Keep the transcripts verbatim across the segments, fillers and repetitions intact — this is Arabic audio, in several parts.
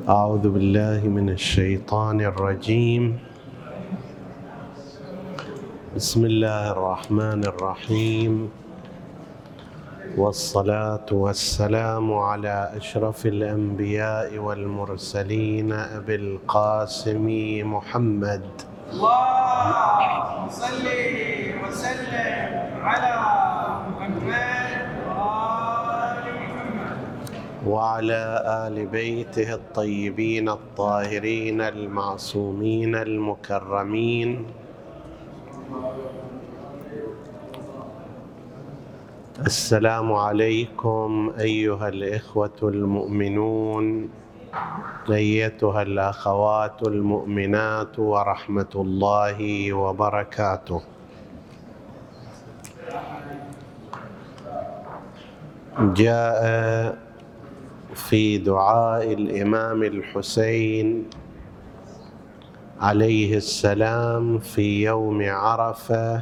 أعوذ بالله من الشيطان الرجيم. بسم الله الرحمن الرحيم، والصلاة والسلام على أشرف الأنبياء والمرسلين أبي القاسم محمد. اللهم صل وسلم على محمد وآل محمد وعلى آل بيته الطيبين الطاهرين المعصومين المكرمين. السلام عليكم أيها الإخوة المؤمنون، أيتها الأخوات المؤمنات، ورحمة الله وبركاته. جاء في دعاء الإمام الحسين عليه السلام في يوم عرفة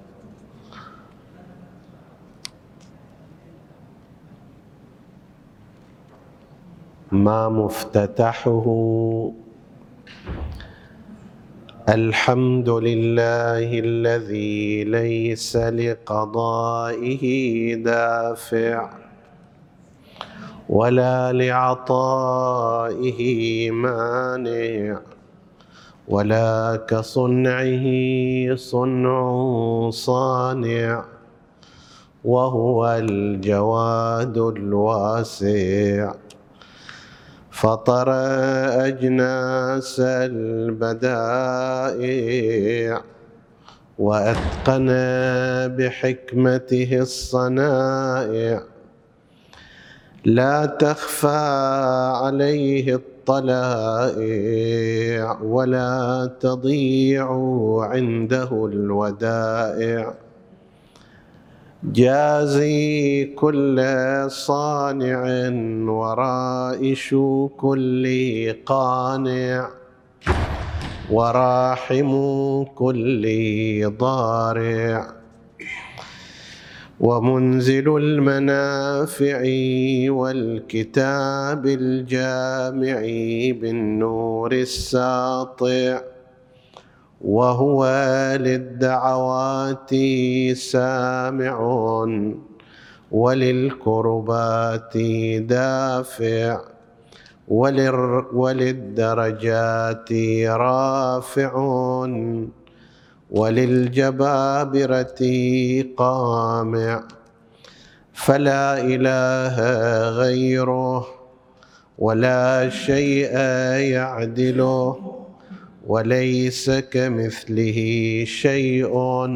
ما مفتتحه: الحمد لله الذي ليس لقضائه دافع ولا لعطائه مانع، ولا كصنعه صنع صانع، وهو الجواد الواسع. فطر أجناس البدائع وأتقن بحكمته الصنائع، لا تخفى عليه الطلائع ولا تضيع عنده الودائع. جازي كل صانع ورائش كل قانع، وراحم كل ضارع، ومنزل المنافع والكتاب الجامع بالنور الساطع، وهو للدعوات سامع وللكربات دافع، وللدرجات رافع، وللجبابرة قامع. فلا إله غيره ولا شيء يعدله، وليس كمثله شيء،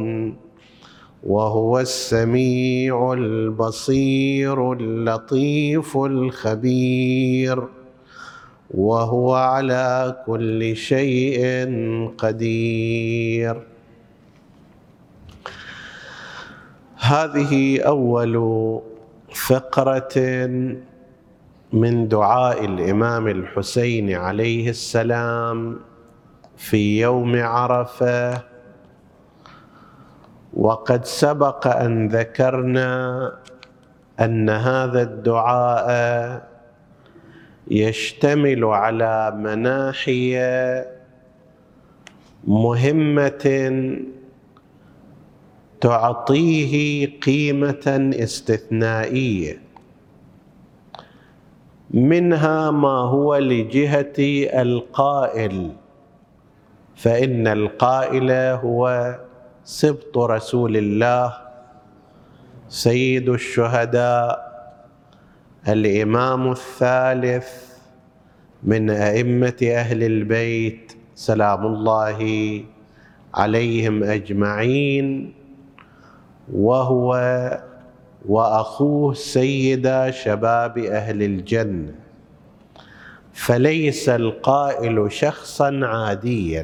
وهو السميع البصير اللطيف الخبير، وهو على كل شيء قدير. هذه أول فقرة من دعاء الإمام الحسين عليه السلام في يوم عرفة، وقد سبق أن ذكرنا أن هذا الدعاء يشتمل على مناحي مهمة تعطيه قيمة استثنائية، منها ما هو لجهة القائل، فإن القائل هو سبط رسول الله سيد الشهداء الإمام الثالث من أئمة أهل البيت سلام الله عليهم أجمعين، وهو وأخوه سيد شباب أهل الجنة، فليس القائل شخصا عاديا.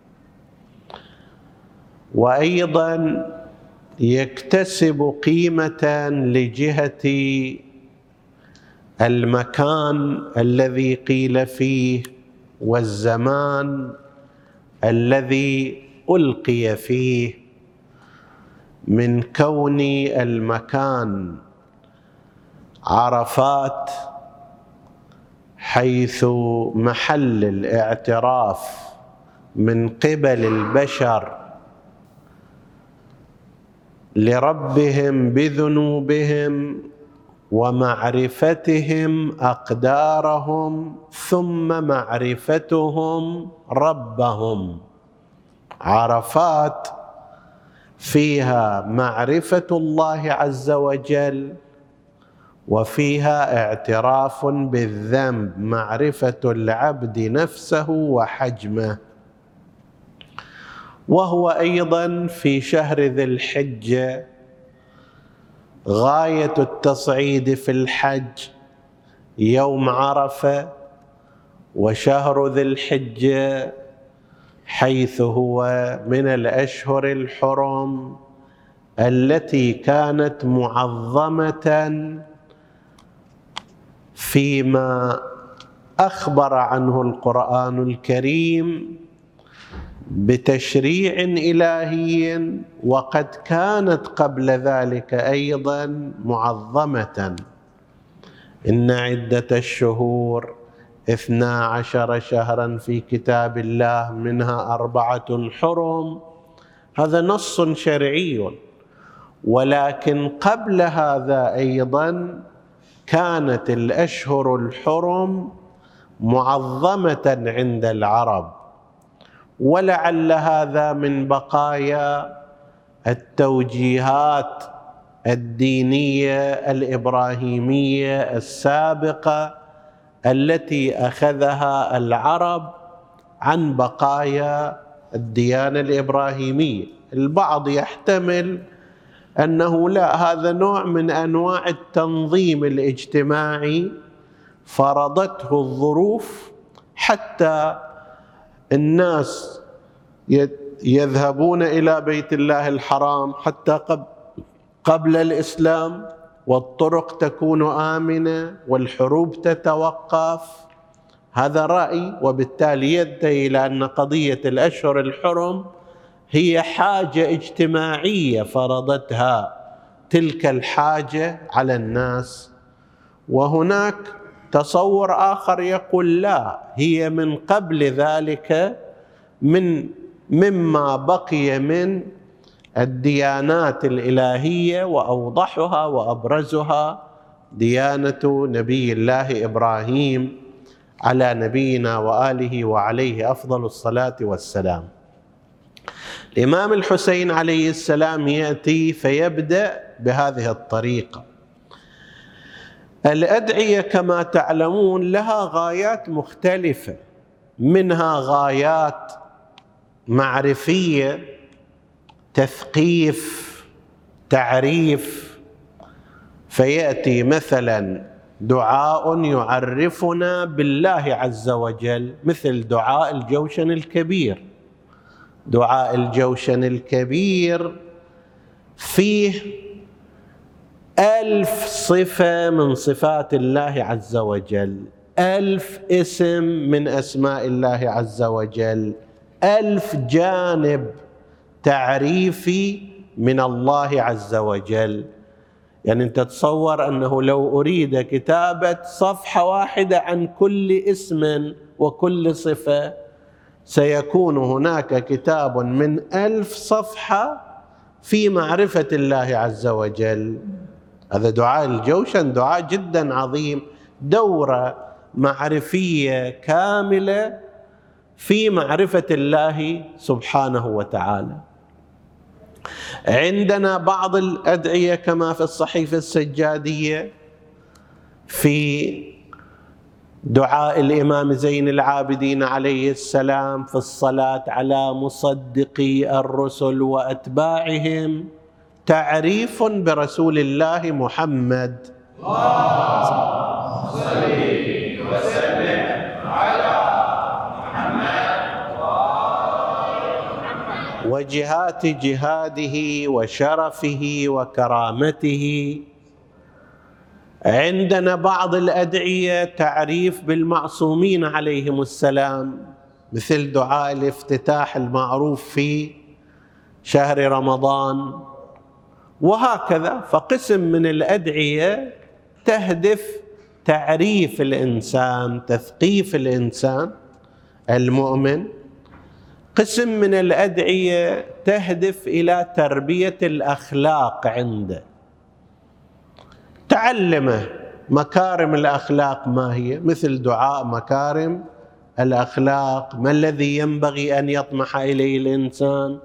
وأيضا يكتسب قيمة لجهة المكان الذي قيل فيه والزمان الذي ألقي فيه، من كون المكان عرفات حيث محل الاعتراف من قبل البشر لربهم بذنوبهم ومعرفتهم أقدارهم ثم معرفتهم ربهم. عرفات فيها معرفة الله عز وجل وفيها اعتراف بالذنب، معرفة العبد نفسه وحجمه. وهو أيضا في شهر ذي الحجة غاية التصعيد في الحج يوم عرفة، وشهر ذي الحجة حيث هو من الأشهر الحرم التي كانت معظمة فيما أخبر عنه القرآن الكريم بتشريع إلهي، وقد كانت قبل ذلك أيضا معظمة. إن عدة الشهور اثنا عشر شهرا في كتاب الله منها أربعة حرم، هذا نص شرعي. ولكن قبل هذا أيضا كانت الأشهر الحرم معظمة عند العرب، ولعل هذا من بقايا التوجيهات الدينية الإبراهيمية السابقة التي أخذها العرب عن بقايا الديانة الإبراهيمية. البعض يحتمل أنه لا، هذا نوع من أنواع التنظيم الاجتماعي فرضته الظروف حتى الناس يذهبون إلى بيت الله الحرام حتى قبل الإسلام، والطرق تكون آمنة والحروب تتوقف. هذا رأي، وبالتالي ينتهي إلى أن قضية الأشهر الحرم هي حاجة اجتماعية فرضتها تلك الحاجة على الناس. وهناك تصور آخر يقول لا، هي من قبل ذلك من مما بقي من الديانات الإلهية، وأوضحها وأبرزها ديانة نبي الله إبراهيم على نبينا وآله وعليه أفضل الصلاة والسلام. الإمام الحسين عليه السلام يأتي فيبدأ بهذه الطريقة. الأدعية كما تعلمون لها غايات مختلفة، منها غايات معرفية، تثقيف، تعريف. فيأتي مثلا دعاء يعرفنا بالله عز وجل، مثل دعاء الجوشن الكبير. دعاء الجوشن الكبير فيه ألف صفة من صفات الله عز وجل، ألف اسم من أسماء الله عز وجل، ألف جانب تعريفي من الله عز وجل. يعني أنت تتصور أنه لو أريد كتابة صفحة واحدة عن كل اسم وكل صفة سيكون هناك كتاب من ألف صفحة في معرفة الله عز وجل. هذا دعاء الجوشن دعاء جدا عظيم، دورة معرفية كاملة في معرفة الله سبحانه وتعالى. عندنا بعض الأدعية كما في الصحيفة السجادية في دعاء الإمام زين العابدين عليه السلام في الصلاة على مصدقي الرسل وأتباعهم، تعريف برسول الله محمد. اللهم صل وسلم على محمد وجهات جهاده وشرفه وكرامته. عندنا بعض الأدعية تعريف بالمعصومين عليهم السلام، مثل دعاء الافتتاح المعروف في شهر رمضان، وهكذا. فقسم من الأدعية تهدف تعريف الإنسان، تثقيف الإنسان المؤمن. قسم من الأدعية تهدف إلى تربية الأخلاق عنده، تعلمه مكارم الأخلاق ما هي، مثل دعاء مكارم الأخلاق، ما الذي ينبغي أن يطمح إليه الإنسان،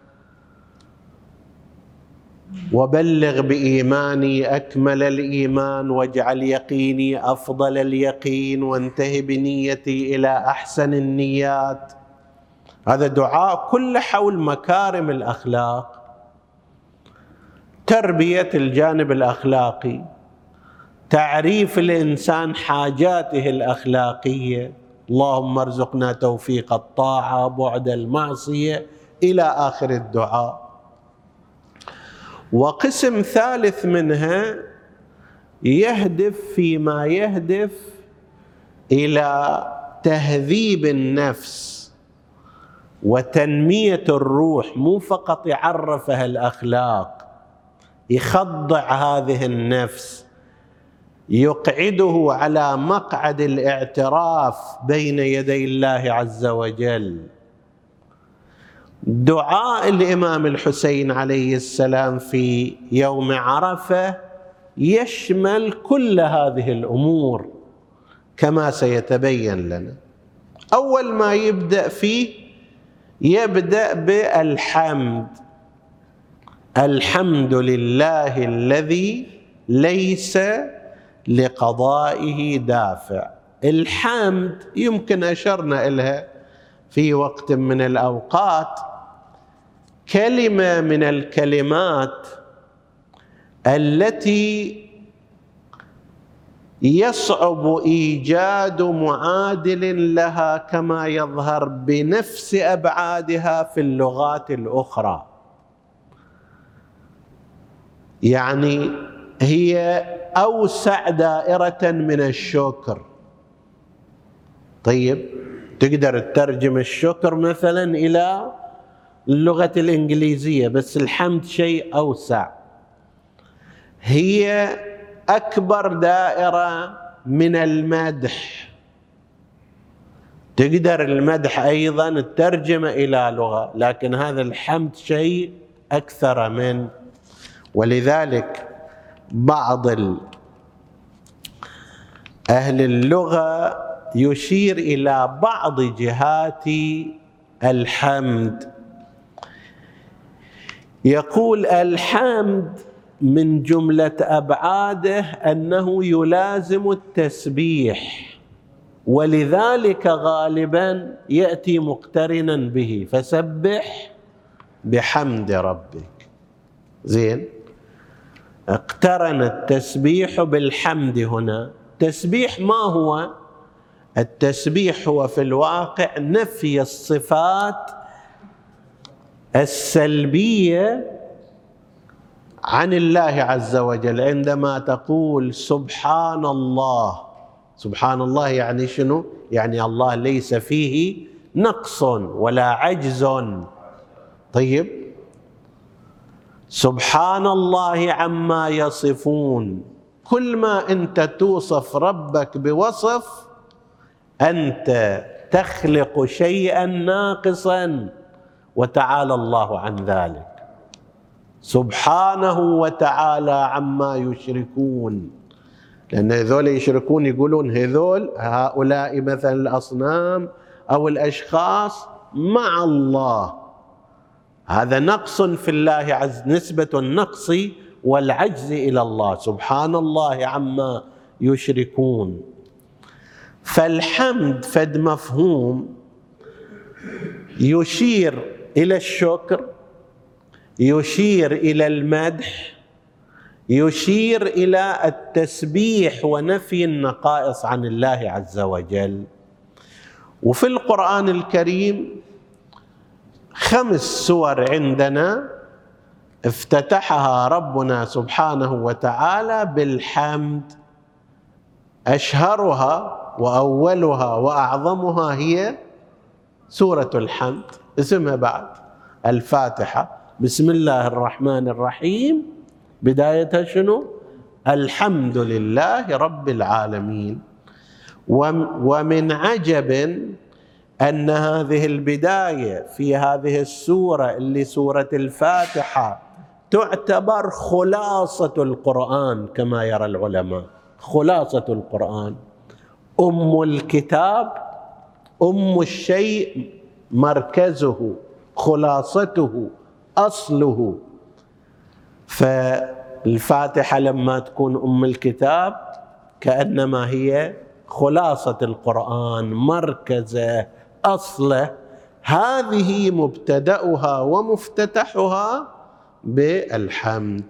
وبلغ بإيماني أكمل الإيمان واجعل يقيني أفضل اليقين وانتهي بنيتي إلى أحسن النيات. هذا دعاء كله حول مكارم الأخلاق، تربية الجانب الأخلاقي، تعريف الإنسان حاجاته الأخلاقية، اللهم ارزقنا توفيق الطاعة بعد المعصية، إلى آخر الدعاء. وقسم ثالث منها يهدف فيما يهدف إلى تهذيب النفس وتنمية الروح، مو فقط يعرفها الأخلاق، يخضع هذه النفس، يقعده على مقعد الاعتراف بين يدي الله عز وجل. دعاء الإمام الحسين عليه السلام في يوم عرفة يشمل كل هذه الأمور كما سيتبين لنا. أول ما يبدأ فيه يبدأ بالحمد، الحمد لله الذي ليس لقضائه دافع. الحمد يمكن أشرنا إليها في وقت من الأوقات، كلمة من الكلمات التي يصعب إيجاد معادل لها كما يظهر بنفس أبعادها في اللغات الأخرى. يعني هي أوسع دائرة من الشكر. طيب، تقدر تترجم الشكر مثلا إلى اللغة الإنجليزية، بس الحمد شيء أوسع، هي أكبر دائرة من المدح. تقدر المدح أيضا الترجمة إلى لغة، لكن هذا الحمد شيء أكثر من. ولذلك بعض أهل اللغة يشير إلى بعض جهات الحمد، يقول الحمد من جملة أبعاده أنه يلازم التسبيح، ولذلك غالبا يأتي مقترنا به، فسبح بحمد ربك. زين، اقترن التسبيح بالحمد هنا. التسبيح ما هو؟ التسبيح هو في الواقع نفي الصفات السلبية عن الله عز وجل. عندما تقول سبحان الله، سبحان الله يعني شنو؟ يعني الله ليس فيه نقص ولا عجز. طيب، سبحان الله عما يصفون. كل ما أنت توصف ربك بوصف أنت تخلق شيئا ناقصا، وتعالى الله عن ذلك سبحانه وتعالى عما يشركون. لأن هذول يشركون يقولون هذول هؤلاء مثلا الأصنام أو الأشخاص مع الله، هذا نقص في الله عز، نسبة النقص والعجز إلى الله، سبحان الله عما يشركون. فالحمد فد مفهوم يشير إلى الشكر، يشير إلى المدح، يشير إلى التسبيح ونفي النقائص عن الله عز وجل. وفي القرآن الكريم خمس سور عندنا افتتحها ربنا سبحانه وتعالى بالحمد، أشهرها وأولها وأعظمها هي سورة الحمد، اسمها بعد الفاتحة. بسم الله الرحمن الرحيم، بدايتها شنو؟ الحمد لله رب العالمين. ومن عجب أن هذه البداية في هذه السورة اللي سورة الفاتحة تعتبر خلاصة القرآن كما يرى العلماء، خلاصة القرآن، أم الكتاب، أم الشيء، مركزه، خلاصته، أصله. فالفاتحة لما تكون أم الكتاب كأنما هي خلاصة القرآن، مركزه، أصله. هذه مبتدأها ومفتتحها بالحمد.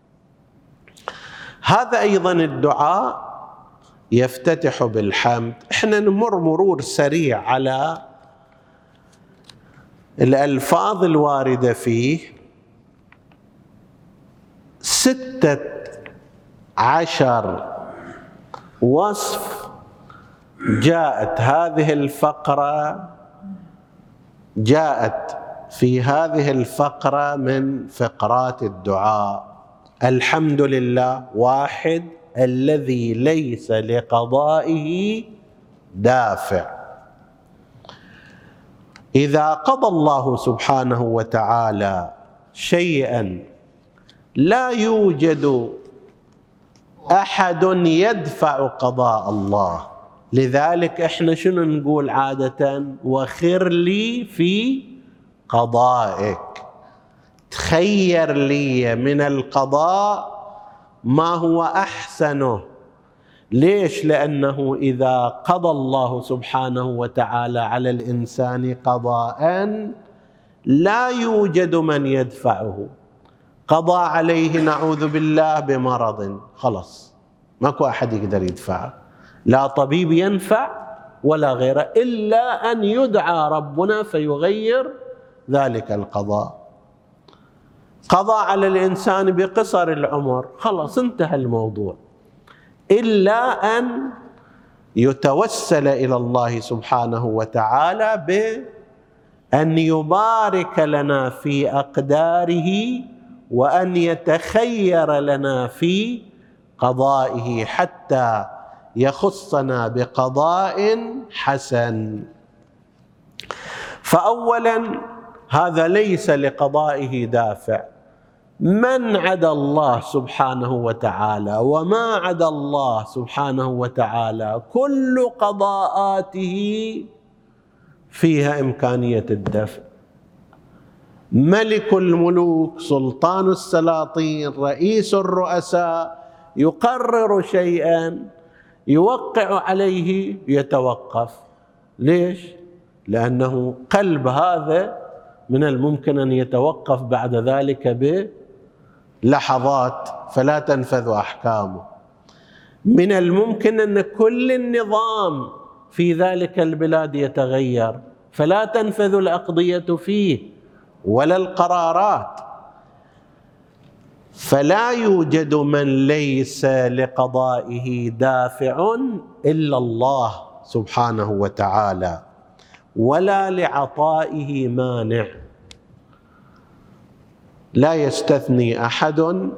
هذا أيضا الدعاء يفتتح بالحمد. احنا نمر مرور سريع على الألفاظ الواردة فيه. ستة عشر وصف جاءت هذه الفقرة جاءت في هذه الفقرة من فقرات الدعاء. الحمد لله، واحد، الذي ليس لقضائه دافع. إذا قضى الله سبحانه وتعالى شيئا لا يوجد أحد يدفع قضاء الله، لذلك إحنا شنو نقول عادة؟ وخر لي في قضائك، تخير لي من القضاء ما هو أحسنه. ليش؟ لأنه إذا قضى الله سبحانه وتعالى على الإنسان قضاء لا يوجد من يدفعه. قضى عليه نعوذ بالله بمرض، خلص ماكو أحد يقدر يدفعه، لا طبيب ينفع ولا غيره، إلا أن يدعى ربنا فيغير ذلك القضاء. قضى على الإنسان بقصر العمر، خلاص انتهى الموضوع، إلا أن يتوسل إلى الله سبحانه وتعالى بأن يبارك لنا في أقداره وأن يتخير لنا في قضائه حتى يخصنا بقضاء حسن. فأولا هذا ليس لقضائه دافع. من عدا الله سبحانه وتعالى وما عدا الله سبحانه وتعالى كل قضاءاته فيها إمكانية الدفع. ملك الملوك، سلطان السلاطين، رئيس الرؤساء يقرر شيئا يوقع عليه يتوقف. ليش؟ لأنه قلب هذا من الممكن أن يتوقف بعد ذلك بلحظات فلا تنفذ أحكامه. من الممكن أن كل النظام في ذلك البلاد يتغير فلا تنفذ الأقضية فيه ولا القرارات. فلا يوجد من ليس لقضائه دافع إلا الله سبحانه وتعالى، ولا لعطائه مانع. لا يستثني أحد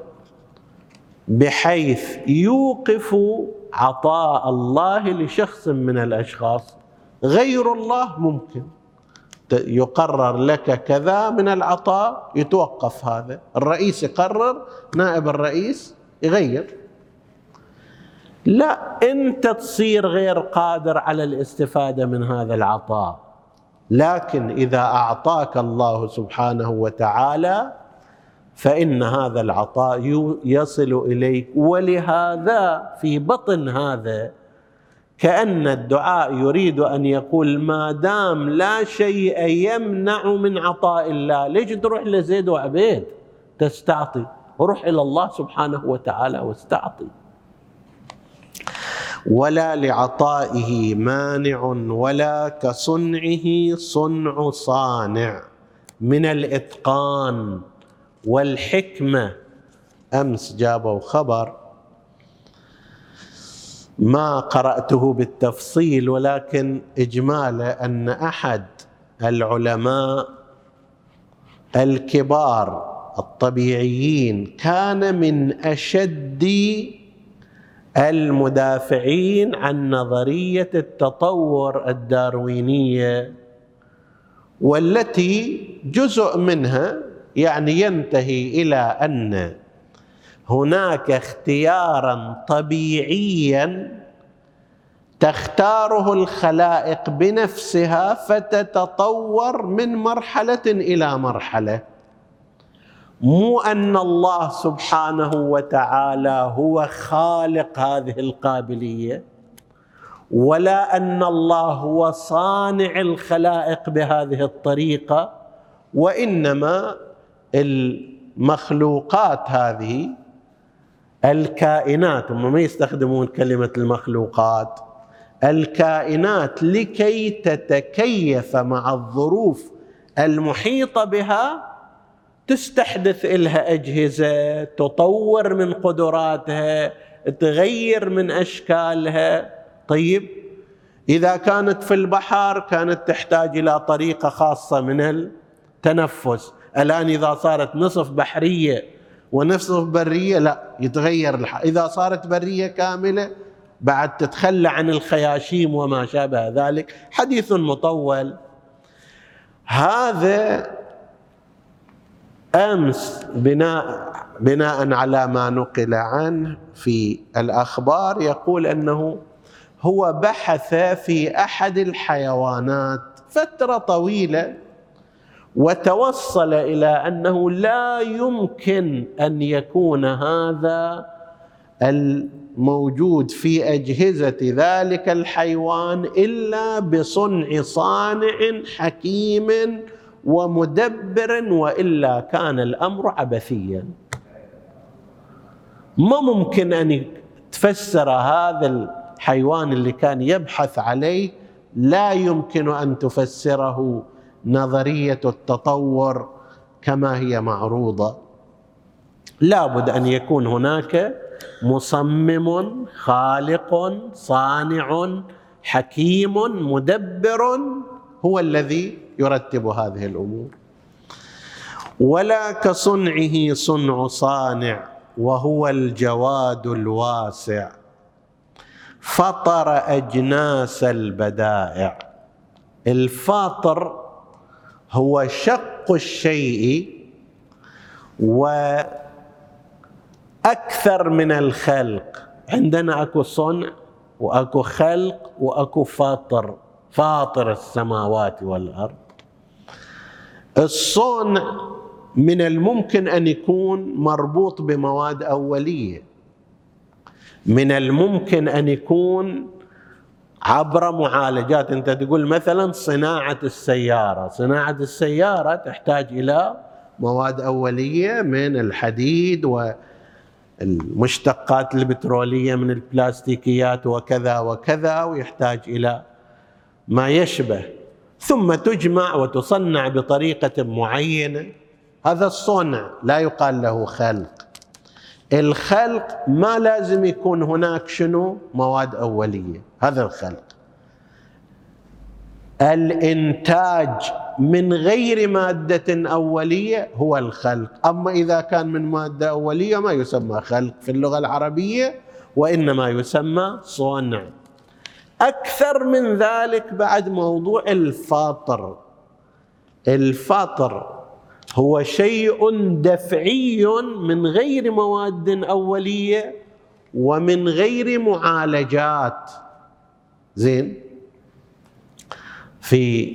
بحيث يوقف عطاء الله لشخص من الأشخاص. غير الله ممكن يقرر لك كذا من العطاء يتوقف، هذا الرئيس يقرر، نائب الرئيس يغير. لا، أنت تصير غير قادر على الاستفادة من هذا العطاء، لكن إذا أعطاك الله سبحانه وتعالى فإن هذا العطاء يصل إليك. ولهذا في بطن هذا كأن الدعاء يريد أن يقول ما دام لا شيء يمنع من عطاء الله، ليش تروح لزيد وعبيد تستعطي؟ وروح إلى الله سبحانه وتعالى واستعطي. ولا لعطائه مانع ولا كصنعه صنع صانع، من الإتقان والحكمة. أمس جابوا خبر ما قرأته بالتفصيل ولكن إجماله أن أحد العلماء الكبار الطبيعيين كان من أشد المدافعين عن نظرية التطور الداروينية، والتي جزء منها يعني ينتهي إلى أن هناك اختيارا طبيعيا تختاره الخلائق بنفسها فتتطور من مرحلة إلى مرحلة، مو أن الله سبحانه وتعالى هو خالق هذه القابلية، ولا أن الله هو صانع الخلائق بهذه الطريقة، وإنما المخلوقات هذه الكائنات، هم ما يستخدمون كلمة المخلوقات، الكائنات لكي تتكيف مع الظروف المحيطة بها تستحدث إلها أجهزة، تطور من قدراتها، تغير من أشكالها. طيب إذا كانت في البحر كانت تحتاج إلى طريقة خاصة من التنفس، الآن إذا صارت نصف بحرية ونصف برية لا يتغير الحال، إذا صارت برية كاملة بعد تتخلى عن الخياشيم وما شابه ذلك، حديث مطول. هذا أمس بناء بناء على ما نقل عنه في الأخبار يقول أنه هو بحث في أحد الحيوانات فترة طويلة وتوصل إلى أنه لا يمكن أن يكون هذا الموجود في أجهزة ذلك الحيوان إلا بصنع صانع حكيم ومدبر، وإلا كان الأمر عبثيا. ما ممكن أن تفسر هذا الحيوان اللي كان يبحث عليه، لا يمكن أن تفسره نظرية التطور كما هي معروضة. لابد أن يكون هناك مصمم خالق صانع حكيم مدبر هو الذي يرتب هذه الأمور. ولا كصنعه صنع صانع وهو الجواد الواسع، فطر أجناس البدائع. الفاطر هو شق الشيء وأكثر من الخلق. عندنا أكو صنع وأكو خلق وأكو فاطر، فاطر السماوات والأرض. الصنع من الممكن أن يكون مربوط بمواد أولية، من الممكن أن يكون عبر معالجات. أنت تقول مثلا صناعة السيارة، صناعة السيارة تحتاج إلى مواد أولية من الحديد والمشتقات البترولية من البلاستيكيات وكذا وكذا، ويحتاج إلى ما يشبه، ثم تجمع وتصنع بطريقة معينة. هذا الصنع لا يقال له خلق. الخلق ما لازم يكون هناك شنو مواد أولية، هذا الخلق. الإنتاج من غير مادة أولية هو الخلق. أما إذا كان من مادة أولية ما يسمى خلق في اللغة العربية، وإنما يسمى صنع. أكثر من ذلك بعد موضوع الفاطر. الفاطر هو شيء دفعي من غير مواد أولية ومن غير معالجات. زين، في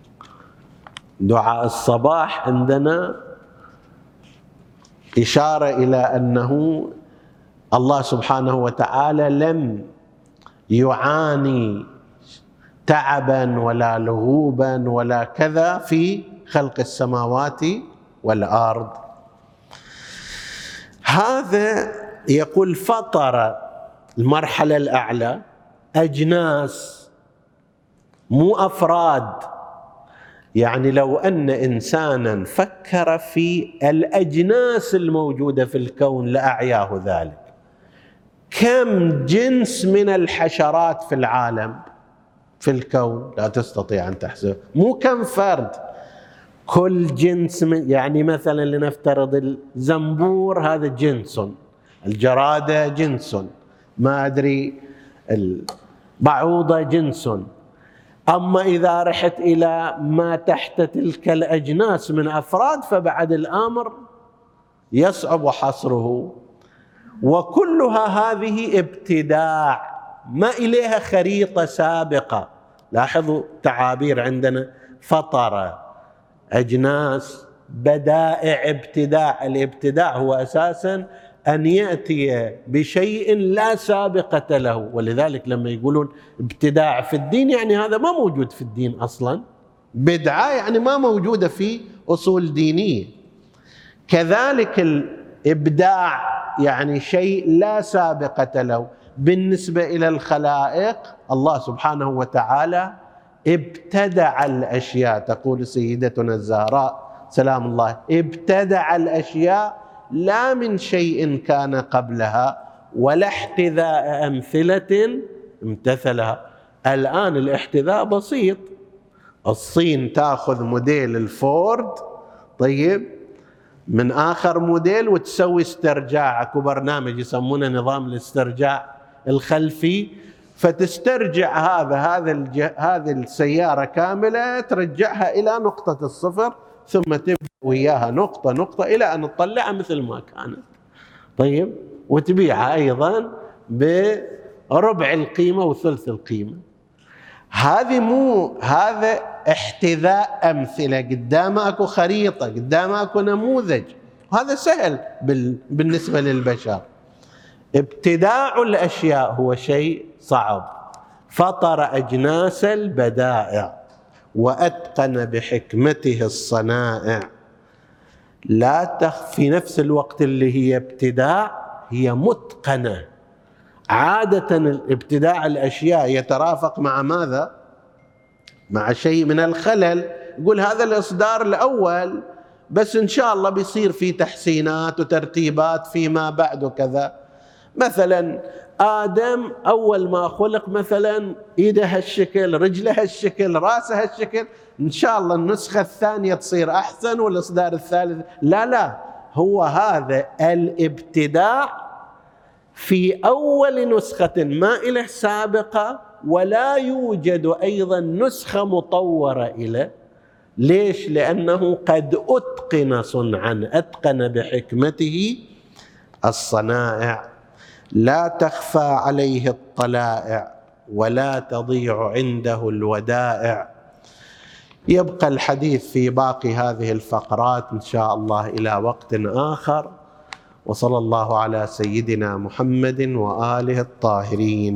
دعاء الصباح عندنا إشارة إلى أنه الله سبحانه وتعالى لم يعاني تعبا ولا لهوبا ولا كذا في خلق السماوات والأرض. هذا يقول فطر المرحلة الأعلى أجناس مو أفراد. يعني لو أن إنسانا فكر في الأجناس الموجودة في الكون لأعياه ذلك. كم جنس من الحشرات في العالم في الكون لا تستطيع أن تحسب، مو كم فرد، كل جنس من، يعني مثلا لنفترض الزنبور هذا جنس، الجرادة جنس، ما أدري البعوضة جنس. أما إذا رحت إلى ما تحت تلك الأجناس من أفراد فبعد الأمر يصعب حصره. وكلها هذه ابتداع، ما إليها خريطة سابقة. لاحظوا تعابير عندنا: فطر، أجناس، بدائع، ابتداع. الابتداع هو أساساً أن يأتي بشيء لا سابقة له، ولذلك لما يقولون ابتداع في الدين يعني هذا ما موجود في الدين أصلاً. بدعة يعني ما موجودة في أصول دينية. كذلك الإبداع يعني شيء لا سابقة له. بالنسبة إلى الخلائق الله سبحانه وتعالى ابتدع الأشياء. تقول سيدتنا الزهراء سلام الله: ابتدع الأشياء لا من شيء كان قبلها ولا احتذاء أمثلة امتثلها. الآن الاحتذاء بسيط، الصين تأخذ موديل الفورد طيب من آخر موديل وتسوي استرجاع، اكو برنامج يسمونه نظام الاسترجاع الخلفي، فتسترجع هذا هذا الج... هذه السيارة كاملة ترجعها إلى نقطة الصفر، ثم تبدأ وياها نقطة نقطة إلى أن تطلعها مثل ما كانت طيب، وتبيعها أيضا بربع القيمة وثلث القيمة. هذه مو هذا احتذاء أمثلة، قدامه أكو خريطة، قدامه أكو نموذج، وهذا سهل بال... بالنسبة للبشر. ابتداع الأشياء هو شيء صعب. فطر أجناس البدائع وأتقن بحكمته الصنائع. لا تخ في نفس الوقت اللي هي ابتداع هي متقنة. عادة الابتداع الأشياء يترافق مع ماذا؟ مع شيء من الخلل. يقول هذا الإصدار الأول بس إن شاء الله بيصير فيه تحسينات وترتيبات فيما بعد وكذا. مثلا آدم أول ما خلق مثلا إيده هالشكل، رجله هالشكل، رأسه هالشكل، إن شاء الله النسخة الثانية تصير أحسن والإصدار الثالث. لا لا، هو هذا الابتداع في أول نسخة ما إله سابقة، ولا يوجد أيضا نسخة مطورة إليه. ليش؟ لأنه قد أتقن صنعا، أتقن بحكمته الصنائع. لا تخفى عليه الطلائع ولا تضيع عنده الودائع. يبقى الحديث في باقي هذه الفقرات إن شاء الله إلى وقت آخر. وصلى الله على سيدنا محمد وآله الطاهرين.